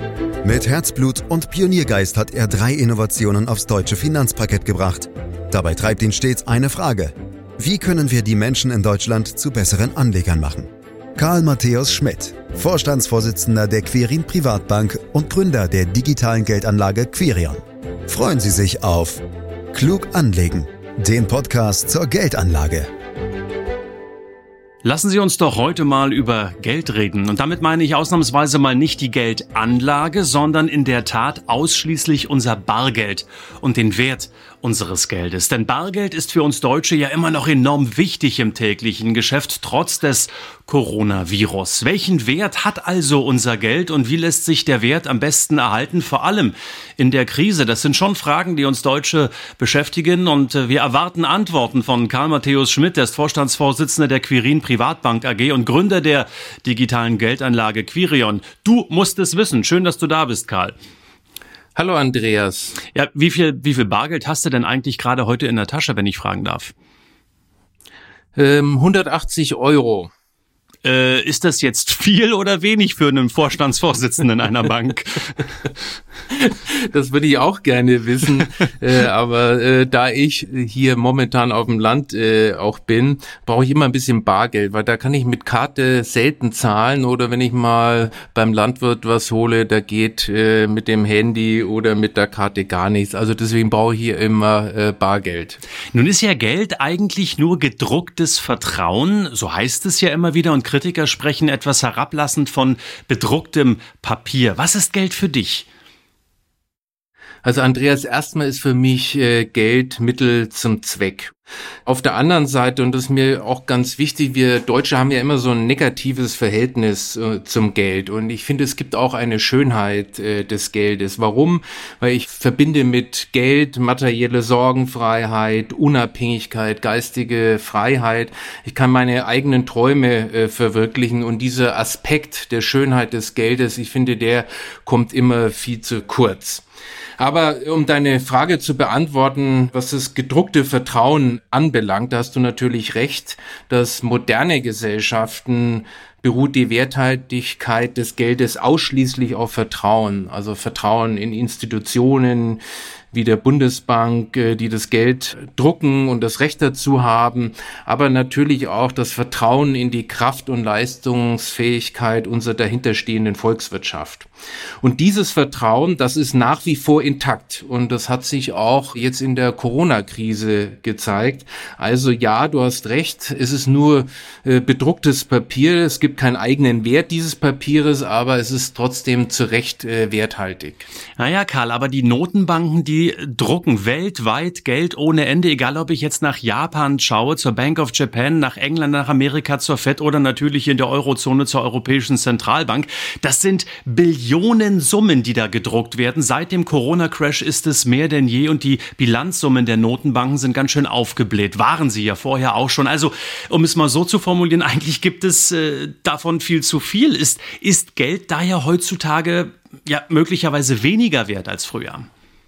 Mit Herzblut und Pioniergeist hat er 3 Innovationen aufs deutsche Finanzparkett gebracht. Dabei treibt ihn stets eine Frage: Wie können wir die Menschen in Deutschland zu besseren Anlegern machen? Karl Matthäus Schmidt, Vorstandsvorsitzender der Quirin Privatbank und Gründer der digitalen Geldanlage Quirion. Freuen Sie sich auf Klug anlegen, den Podcast zur Geldanlage. Lassen Sie uns doch heute mal über Geld reden. Und damit meine ich ausnahmsweise mal nicht die Geldanlage, sondern in der Tat ausschließlich unser Bargeld und den Wert unseres Geldes. Denn Bargeld ist für uns Deutsche ja immer noch enorm wichtig im täglichen Geschäft, trotz des Coronavirus. Welchen Wert hat also unser Geld und wie lässt sich der Wert am besten erhalten, vor allem in der Krise? Das sind schon Fragen, die uns Deutsche beschäftigen und wir erwarten Antworten von Karl Matthäus Schmidt, der ist Vorstandsvorsitzender der Quirin Privatbank AG und Gründer der digitalen Geldanlage Quirion. Du musst es wissen. Schön, dass du da bist, Karl. Hallo Andreas. Ja, wie viel Bargeld hast du denn eigentlich gerade heute in der Tasche, wenn ich fragen darf? 180 Euro. Ist das jetzt viel oder wenig für einen Vorstandsvorsitzenden einer Bank? Das würde ich auch gerne wissen, aber da ich hier momentan auf dem Land auch bin, brauche ich immer ein bisschen Bargeld, weil da kann ich mit Karte selten zahlen oder wenn ich mal beim Landwirt was hole, da geht mit dem Handy oder mit der Karte gar nichts. Also deswegen brauche ich hier immer Bargeld. Nun ist ja Geld eigentlich nur gedrucktes Vertrauen, so heißt es ja immer wieder, und Kritiker sprechen etwas herablassend von bedrucktem Papier. Was ist Geld für dich? Also Andreas, erstmal ist für mich Geld Mittel zum Zweck. Auf der anderen Seite, und das ist mir auch ganz wichtig, wir Deutsche haben ja immer so ein negatives Verhältnis zum Geld. Und ich finde, es gibt auch eine Schönheit des Geldes. Warum? Weil ich verbinde mit Geld materielle Sorgenfreiheit, Unabhängigkeit, geistige Freiheit. Ich kann meine eigenen Träume verwirklichen. Und dieser Aspekt der Schönheit des Geldes, ich finde, der kommt immer viel zu kurz. Aber um deine Frage zu beantworten, was das gedruckte Vertrauen anbelangt, da hast du natürlich recht, dass moderne Gesellschaften beruht die Werthaltigkeit des Geldes ausschließlich auf Vertrauen, also Vertrauen in Institutionen wie der Bundesbank, die das Geld drucken und das Recht dazu haben, aber natürlich auch das Vertrauen in die Kraft und Leistungsfähigkeit unserer dahinterstehenden Volkswirtschaft. Und dieses Vertrauen, das ist nach wie vor intakt und das hat sich auch jetzt in der Corona-Krise gezeigt. Also ja, du hast recht, es ist nur bedrucktes Papier, es gibt keinen eigenen Wert dieses Papieres, aber es ist trotzdem zu Recht werthaltig. Naja, Karl, aber die Notenbanken, die drucken weltweit Geld ohne Ende, egal ob ich jetzt nach Japan schaue, zur Bank of Japan, nach England, nach Amerika, zur Fed oder natürlich in der Eurozone zur Europäischen Zentralbank. Das sind Billionensummen, die da gedruckt werden. Seit dem Corona-Crash ist es mehr denn je und die Bilanzsummen der Notenbanken sind ganz schön aufgebläht. Waren sie ja vorher auch schon. Also, um es mal so zu formulieren, eigentlich gibt es davon viel zu viel. Ist Geld daher heutzutage ja möglicherweise weniger wert als früher?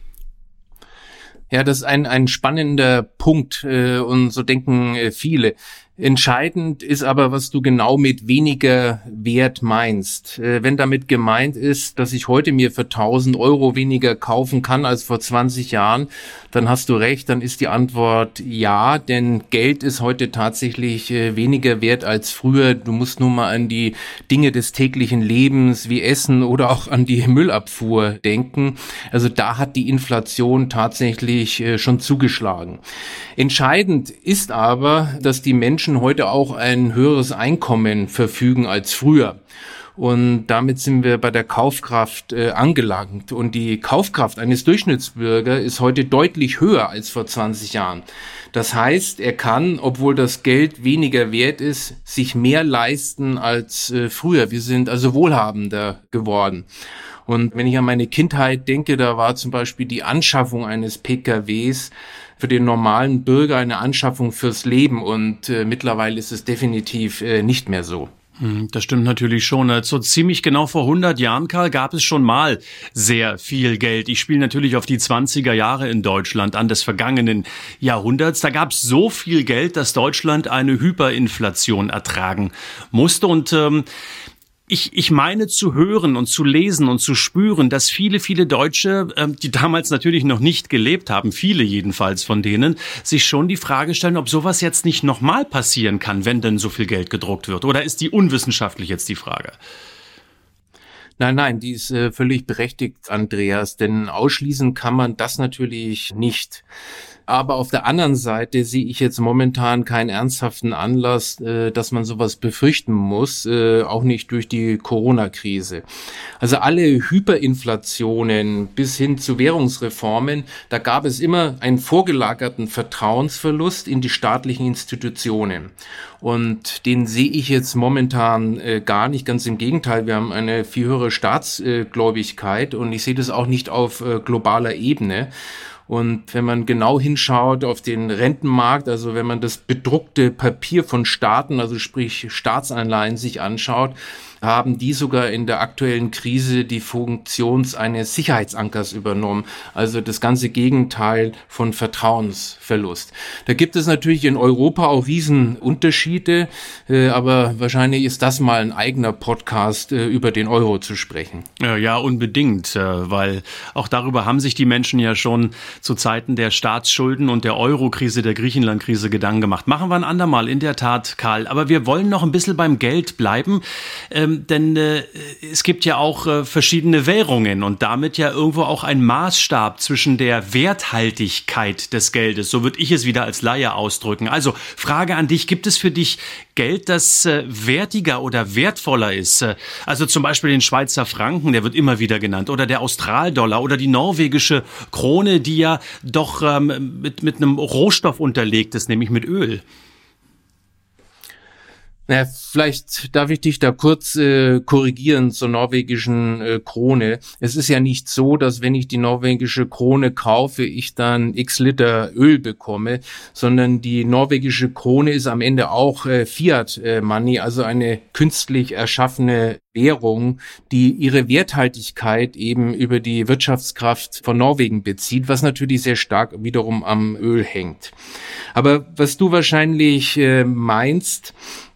Ja, das ist ein spannender Punkt und so denken viele. Entscheidend ist aber, was du genau mit weniger Wert meinst. Wenn damit gemeint ist, dass ich heute mir für 1.000 Euro weniger kaufen kann als vor 20 Jahren, dann hast du recht, dann ist die Antwort ja, denn Geld ist heute tatsächlich weniger wert als früher. Du musst nur mal an die Dinge des täglichen Lebens wie Essen oder auch an die Müllabfuhr denken. Also da hat die Inflation tatsächlich schon zugeschlagen. Entscheidend ist aber, dass die Menschen heute auch ein höheres Einkommen verfügen als früher. Und damit sind wir bei der Kaufkraft angelangt. Und die Kaufkraft eines Durchschnittsbürgers ist heute deutlich höher als vor 20 Jahren. Das heißt, er kann, obwohl das Geld weniger wert ist, sich mehr leisten als früher. Wir sind also wohlhabender geworden. Und wenn ich an meine Kindheit denke, da war zum Beispiel die Anschaffung eines PKWs für den normalen Bürger eine Anschaffung fürs Leben und mittlerweile ist es definitiv nicht mehr so. Das stimmt natürlich schon. So ziemlich genau vor 100 Jahren, Karl, gab es schon mal sehr viel Geld. Ich spiele natürlich auf die 20er Jahre in Deutschland an, des vergangenen Jahrhunderts. Da gab es so viel Geld, dass Deutschland eine Hyperinflation ertragen musste. Und Ich meine zu hören und zu lesen und zu spüren, dass viele, viele Deutsche, die damals natürlich noch nicht gelebt haben, viele jedenfalls von denen, sich schon die Frage stellen, ob sowas jetzt nicht nochmal passieren kann, wenn denn so viel Geld gedruckt wird. Oder ist die unwissenschaftlich jetzt die Frage? Nein, die ist völlig berechtigt, Andreas, denn ausschließen kann man das natürlich nicht. Aber auf der anderen Seite sehe ich jetzt momentan keinen ernsthaften Anlass, dass man sowas befürchten muss, auch nicht durch die Corona-Krise. Also alle Hyperinflationen bis hin zu Währungsreformen, da gab es immer einen vorgelagerten Vertrauensverlust in die staatlichen Institutionen. Und den sehe ich jetzt momentan gar nicht, ganz im Gegenteil. Wir haben eine viel höhere Staatsgläubigkeit und ich sehe das auch nicht auf globaler Ebene. Und wenn man genau hinschaut auf den Rentenmarkt, also wenn man das bedruckte Papier von Staaten, also sprich Staatsanleihen sich anschaut, haben die sogar in der aktuellen Krise die Funktion eines Sicherheitsankers übernommen. Also das ganze Gegenteil von Vertrauensverlust. Da gibt es natürlich in Europa auch Riesenunterschiede, aber wahrscheinlich ist das mal ein eigener Podcast, über den Euro zu sprechen. Ja, unbedingt, weil auch darüber haben sich die Menschen ja schon zu Zeiten der Staatsschulden und der Euro-Krise, der Griechenland-Krise Gedanken gemacht. Machen wir ein andermal, in der Tat, Karl. Aber wir wollen noch ein bisschen beim Geld bleiben. Denn es gibt ja auch verschiedene Währungen und damit ja irgendwo auch ein Maßstab zwischen der Werthaltigkeit des Geldes. So würde ich es wieder als Laie ausdrücken. Also Frage an dich, gibt es für dich Geld, das wertiger oder wertvoller ist? Also zum Beispiel den Schweizer Franken, der wird immer wieder genannt, oder der Australdollar oder die norwegische Krone, die ja doch mit einem Rohstoff unterlegt ist, nämlich mit Öl. Na, vielleicht darf ich dich da kurz korrigieren zur norwegischen Krone. Es ist ja nicht so, dass wenn ich die norwegische Krone kaufe, ich dann x Liter Öl bekomme, sondern die norwegische Krone ist am Ende auch Fiat Money, also eine künstlich erschaffene Währung, die ihre Werthaltigkeit eben über die Wirtschaftskraft von Norwegen bezieht, was natürlich sehr stark wiederum am Öl hängt. Aber was du wahrscheinlich meinst,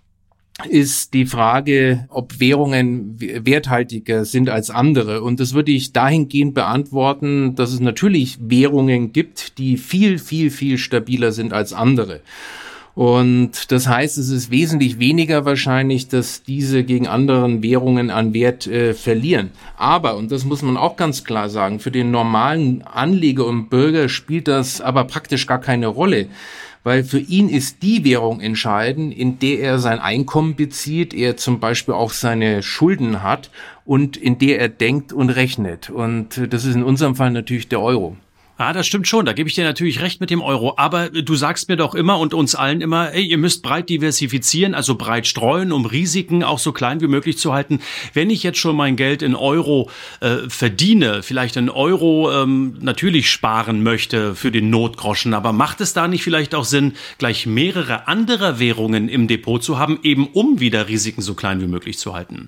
ist die Frage, ob Währungen werthaltiger sind als andere. Und das würde ich dahingehend beantworten, dass es natürlich Währungen gibt, die viel, viel, viel stabiler sind als andere. Und das heißt, es ist wesentlich weniger wahrscheinlich, dass diese gegen anderen Währungen an Wert verlieren. Aber, und das muss man auch ganz klar sagen, für den normalen Anleger und Bürger spielt das aber praktisch gar keine Rolle. Weil für ihn ist die Währung entscheidend, in der er sein Einkommen bezieht, er zum Beispiel auch seine Schulden hat und in der er denkt und rechnet. Und das ist in unserem Fall natürlich der Euro. Ah, das stimmt schon, da gebe ich dir natürlich recht mit dem Euro, aber du sagst mir doch immer und uns allen immer, ey, ihr müsst breit diversifizieren, also breit streuen, um Risiken auch so klein wie möglich zu halten. Wenn ich jetzt schon mein Geld in Euro verdiene, vielleicht in Euro natürlich sparen möchte für den Notgroschen, aber macht es da nicht vielleicht auch Sinn, gleich mehrere andere Währungen im Depot zu haben, eben um wieder Risiken so klein wie möglich zu halten?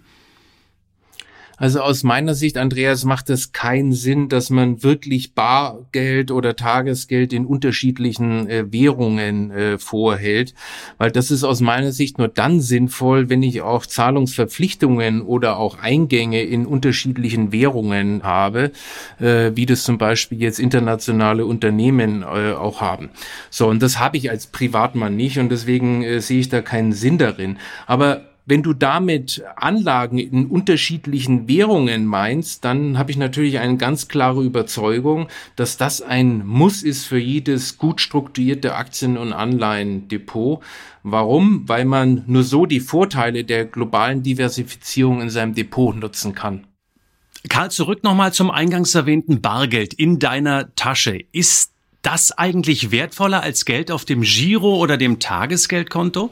Also aus meiner Sicht, Andreas, macht es keinen Sinn, dass man wirklich Bargeld oder Tagesgeld in unterschiedlichen Währungen vorhält, weil das ist aus meiner Sicht nur dann sinnvoll, wenn ich auch Zahlungsverpflichtungen oder auch Eingänge in unterschiedlichen Währungen habe, wie das zum Beispiel jetzt internationale Unternehmen auch haben. So, und das habe ich als Privatmann nicht und deswegen sehe ich da keinen Sinn darin. Aber wenn du damit Anlagen in unterschiedlichen Währungen meinst, dann habe ich natürlich eine ganz klare Überzeugung, dass das ein Muss ist für jedes gut strukturierte Aktien- und Anleihendepot. Warum? Weil man nur so die Vorteile der globalen Diversifizierung in seinem Depot nutzen kann. Karl, zurück nochmal zum eingangs erwähnten Bargeld in deiner Tasche. Ist das eigentlich wertvoller als Geld auf dem Giro oder dem Tagesgeldkonto?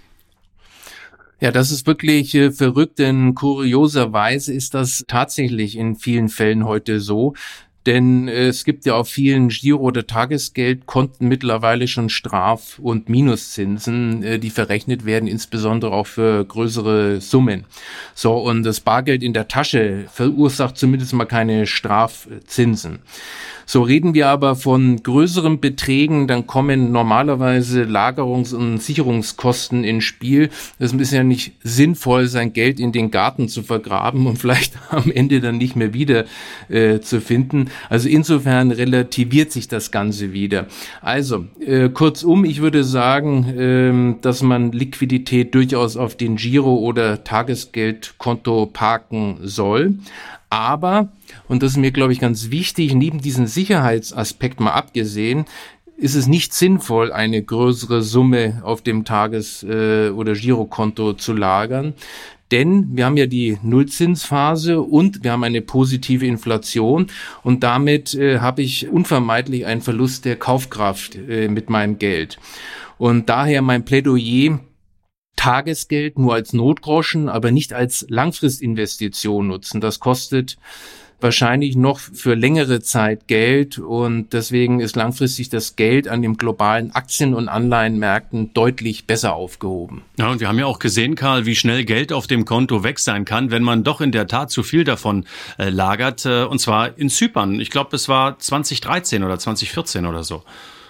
Ja, das ist wirklich verrückt, denn kurioserweise ist das tatsächlich in vielen Fällen heute so. Denn es gibt ja auf vielen Giro- oder Tagesgeldkonten mittlerweile schon Straf- und Minuszinsen, die verrechnet werden, insbesondere auch für größere Summen. So, und das Bargeld in der Tasche verursacht zumindest mal keine Strafzinsen. So, reden wir aber von größeren Beträgen, dann kommen normalerweise Lagerungs- und Sicherungskosten ins Spiel. Es ist ja nicht sinnvoll, sein Geld in den Garten zu vergraben und vielleicht am Ende dann nicht mehr wieder zu finden. Also insofern relativiert sich das Ganze wieder. Also kurzum, ich würde sagen, dass man Liquidität durchaus auf den Giro- oder Tagesgeldkonto parken soll. Aber, und das ist mir, glaube ich, ganz wichtig, neben diesem Sicherheitsaspekt mal abgesehen, ist es nicht sinnvoll, eine größere Summe auf dem Tages- oder Girokonto zu lagern. Denn wir haben ja die Nullzinsphase und wir haben eine positive Inflation und damit habe ich unvermeidlich einen Verlust der Kaufkraft mit meinem Geld. Und daher mein Plädoyer: Tagesgeld nur als Notgroschen, aber nicht als Langfristinvestition nutzen. Das kostet wahrscheinlich noch für längere Zeit Geld und deswegen ist langfristig das Geld an den globalen Aktien- und Anleihenmärkten deutlich besser aufgehoben. Ja, und wir haben ja auch gesehen, Karl, wie schnell Geld auf dem Konto weg sein kann, wenn man doch in der Tat zu viel davon lagert, und zwar in Zypern. Ich glaube, es war 2013 oder 2014 oder so.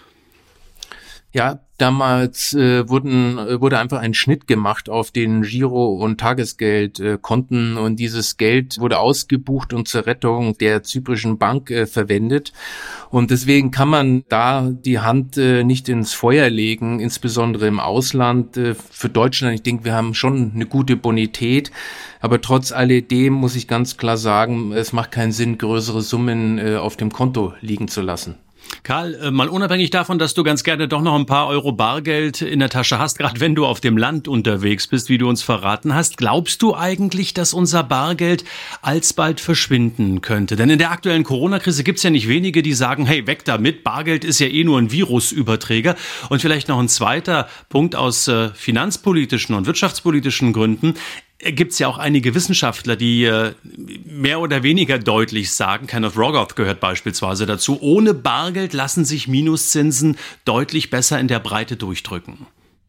Ja, damals wurde einfach ein Schnitt gemacht auf den Giro- und Tagesgeldkonten und dieses Geld wurde ausgebucht und zur Rettung der zyprischen Bank verwendet. Und deswegen kann man da die Hand nicht ins Feuer legen, insbesondere im Ausland. Für Deutschland, ich denke, wir haben schon eine gute Bonität, aber trotz alledem muss ich ganz klar sagen, es macht keinen Sinn, größere Summen auf dem Konto liegen zu lassen. Karl, mal unabhängig davon, dass du ganz gerne doch noch ein paar Euro Bargeld in der Tasche hast, gerade wenn du auf dem Land unterwegs bist, wie du uns verraten hast, glaubst du eigentlich, dass unser Bargeld alsbald verschwinden könnte? Denn in der aktuellen Corona-Krise gibt's ja nicht wenige, die sagen, hey, weg damit, Bargeld ist ja eh nur ein Virusüberträger. Und vielleicht noch ein zweiter Punkt aus finanzpolitischen und wirtschaftspolitischen Gründen. Gibt es ja auch einige Wissenschaftler, die mehr oder weniger deutlich sagen, Kenneth Rogoff gehört beispielsweise dazu, ohne Bargeld lassen sich Minuszinsen deutlich besser in der Breite durchdrücken.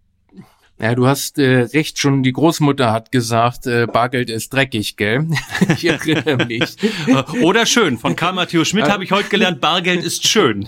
Ja, du hast recht, schon die Großmutter hat gesagt, Bargeld ist dreckig, gell? Ich erinnere mich. Oder schön. Von Karl Matthäus Schmidt habe ich heute gelernt, Bargeld ist schön.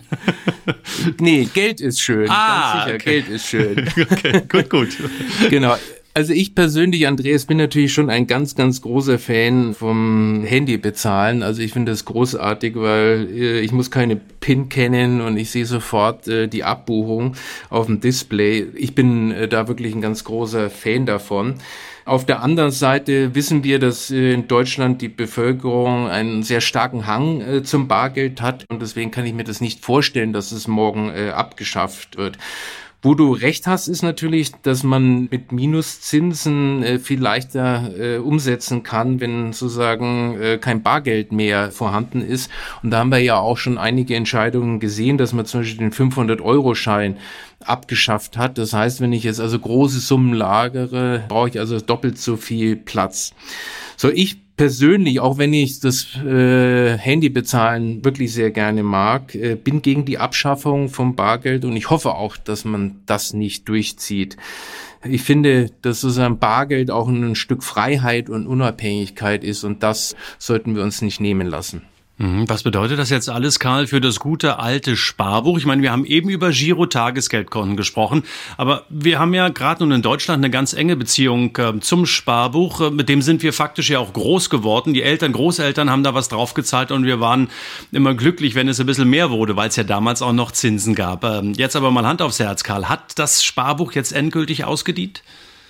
Nee, Geld ist schön. Ganz sicher, okay. Geld ist schön. Okay, gut. Genau. Also ich persönlich, Andreas, bin natürlich schon ein ganz, ganz großer Fan vom Handy bezahlen. Also ich finde das großartig, weil ich muss keine PIN kennen und ich sehe sofort die Abbuchung auf dem Display. Ich bin da wirklich ein ganz großer Fan davon. Auf der anderen Seite wissen wir, dass in Deutschland die Bevölkerung einen sehr starken Hang zum Bargeld hat und deswegen kann ich mir das nicht vorstellen, dass es morgen abgeschafft wird. Wo du recht hast, ist natürlich, dass man mit Minuszinsen viel leichter umsetzen kann, wenn sozusagen kein Bargeld mehr vorhanden ist. Und da haben wir ja auch schon einige Entscheidungen gesehen, dass man zum Beispiel den 500-Euro-Schein abgeschafft hat. Das heißt, wenn ich jetzt also große Summen lagere, brauche ich also doppelt so viel Platz. So, ich persönlich, auch wenn ich das Handybezahlen wirklich sehr gerne mag, bin gegen die Abschaffung vom Bargeld und ich hoffe auch, dass man das nicht durchzieht. Ich finde, dass sozusagen Bargeld auch ein Stück Freiheit und Unabhängigkeit ist und das sollten wir uns nicht nehmen lassen. Was bedeutet das jetzt alles, Karl, für das gute alte Sparbuch? Ich meine, wir haben eben über Giro-Tagesgeldkonten gesprochen, aber wir haben ja gerade nun in Deutschland eine ganz enge Beziehung zum Sparbuch. Mit dem sind wir faktisch ja auch groß geworden. Die Eltern, Großeltern haben da was draufgezahlt und wir waren immer glücklich, wenn es ein bisschen mehr wurde, weil es ja damals auch noch Zinsen gab. Jetzt aber mal Hand aufs Herz, Karl. Hat das Sparbuch jetzt endgültig ausgedient?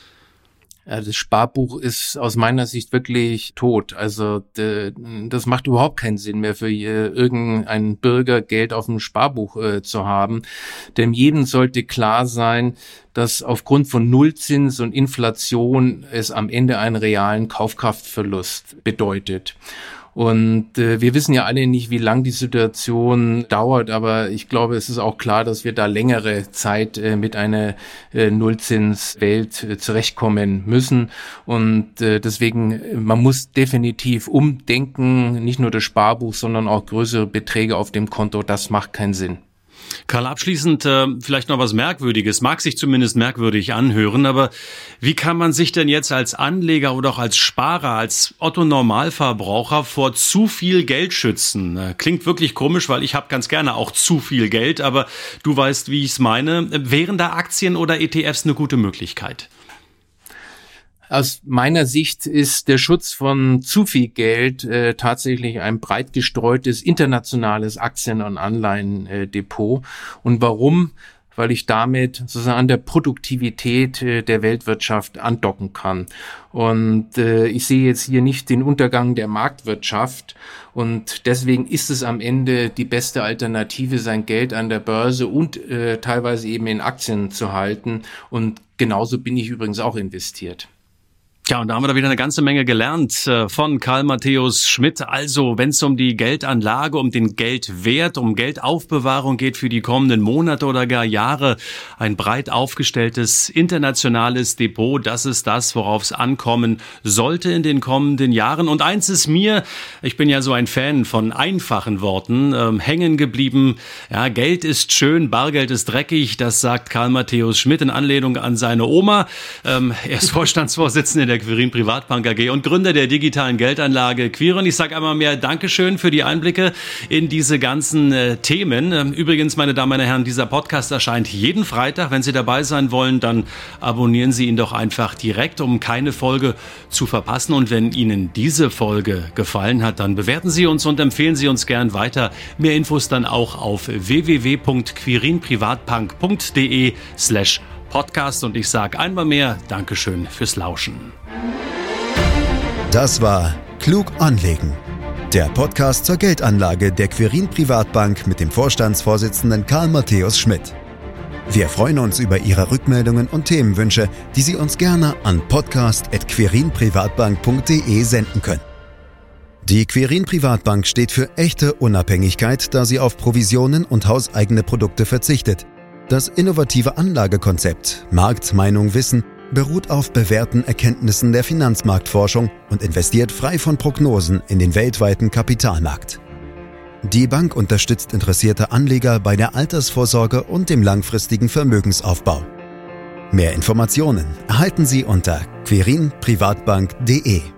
Ja, das Sparbuch ist aus meiner Sicht wirklich tot. Also das macht überhaupt keinen Sinn mehr für irgendeinen Bürger, Geld auf dem Sparbuch zu haben. Denn jedem sollte klar sein, dass aufgrund von Nullzins und Inflation es am Ende einen realen Kaufkraftverlust bedeutet. Und wir wissen ja alle nicht, wie lang die Situation dauert, aber ich glaube, es ist auch klar, dass wir da längere Zeit mit einer Nullzinswelt zurechtkommen müssen. Und deswegen, man muss definitiv umdenken, nicht nur das Sparbuch, sondern auch größere Beträge auf dem Konto. Das macht keinen Sinn. Karl, abschließend vielleicht noch was Merkwürdiges, mag sich zumindest merkwürdig anhören, aber wie kann man sich denn jetzt als Anleger oder auch als Sparer, als Otto-Normalverbraucher vor zu viel Geld schützen? Klingt wirklich komisch, weil ich habe ganz gerne auch zu viel Geld, aber du weißt, wie ich es meine. Wären da Aktien oder ETFs eine gute Möglichkeit? Aus meiner Sicht ist der Schutz von zu viel Geld tatsächlich ein breit gestreutes internationales Aktien- und Anleihendepot. Und warum? Weil ich damit sozusagen an der Produktivität der Weltwirtschaft andocken kann. Und ich sehe jetzt hier nicht den Untergang der Marktwirtschaft. Und deswegen ist es am Ende die beste Alternative, sein Geld an der Börse und teilweise eben in Aktien zu halten. Und genauso bin ich übrigens auch investiert. Ja, und da haben wir da wieder eine ganze Menge gelernt von Karl Matthäus Schmidt. Also, wenn es um die Geldanlage, um den Geldwert, um Geldaufbewahrung geht für die kommenden Monate oder gar Jahre, ein breit aufgestelltes internationales Depot, das ist das, worauf es ankommen sollte in den kommenden Jahren. Und eins ist mir, ich bin ja so ein Fan von einfachen Worten, hängen geblieben. Ja, Geld ist schön, Bargeld ist dreckig, das sagt Karl Matthäus Schmidt in Anlehnung an seine Oma. Er ist Vorstandsvorsitzender der Quirin Privatbank AG und Gründer der digitalen Geldanlage Quirin. Ich sage einmal mehr Dankeschön für die Einblicke in diese ganzen Themen. Übrigens, meine Damen und Herren, dieser Podcast erscheint jeden Freitag. Wenn Sie dabei sein wollen, dann abonnieren Sie ihn doch einfach direkt, um keine Folge zu verpassen. Und wenn Ihnen diese Folge gefallen hat, dann bewerten Sie uns und empfehlen Sie uns gern weiter. Mehr Infos dann auch auf www.quirinprivatbank.de/Podcast und ich sage einmal mehr Dankeschön fürs Lauschen. Das war Klug anlegen. Der Podcast zur Geldanlage der Quirin Privatbank mit dem Vorstandsvorsitzenden Karl Matthäus Schmidt. Wir freuen uns über Ihre Rückmeldungen und Themenwünsche, die Sie uns gerne an podcast@quirinprivatbank.de senden können. Die Quirin Privatbank steht für echte Unabhängigkeit, da sie auf Provisionen und hauseigene Produkte verzichtet. Das innovative Anlagekonzept Markt, Meinung, Wissen beruht auf bewährten Erkenntnissen der Finanzmarktforschung und investiert frei von Prognosen in den weltweiten Kapitalmarkt. Die Bank unterstützt interessierte Anleger bei der Altersvorsorge und dem langfristigen Vermögensaufbau. Mehr Informationen erhalten Sie unter quirinprivatbank.de.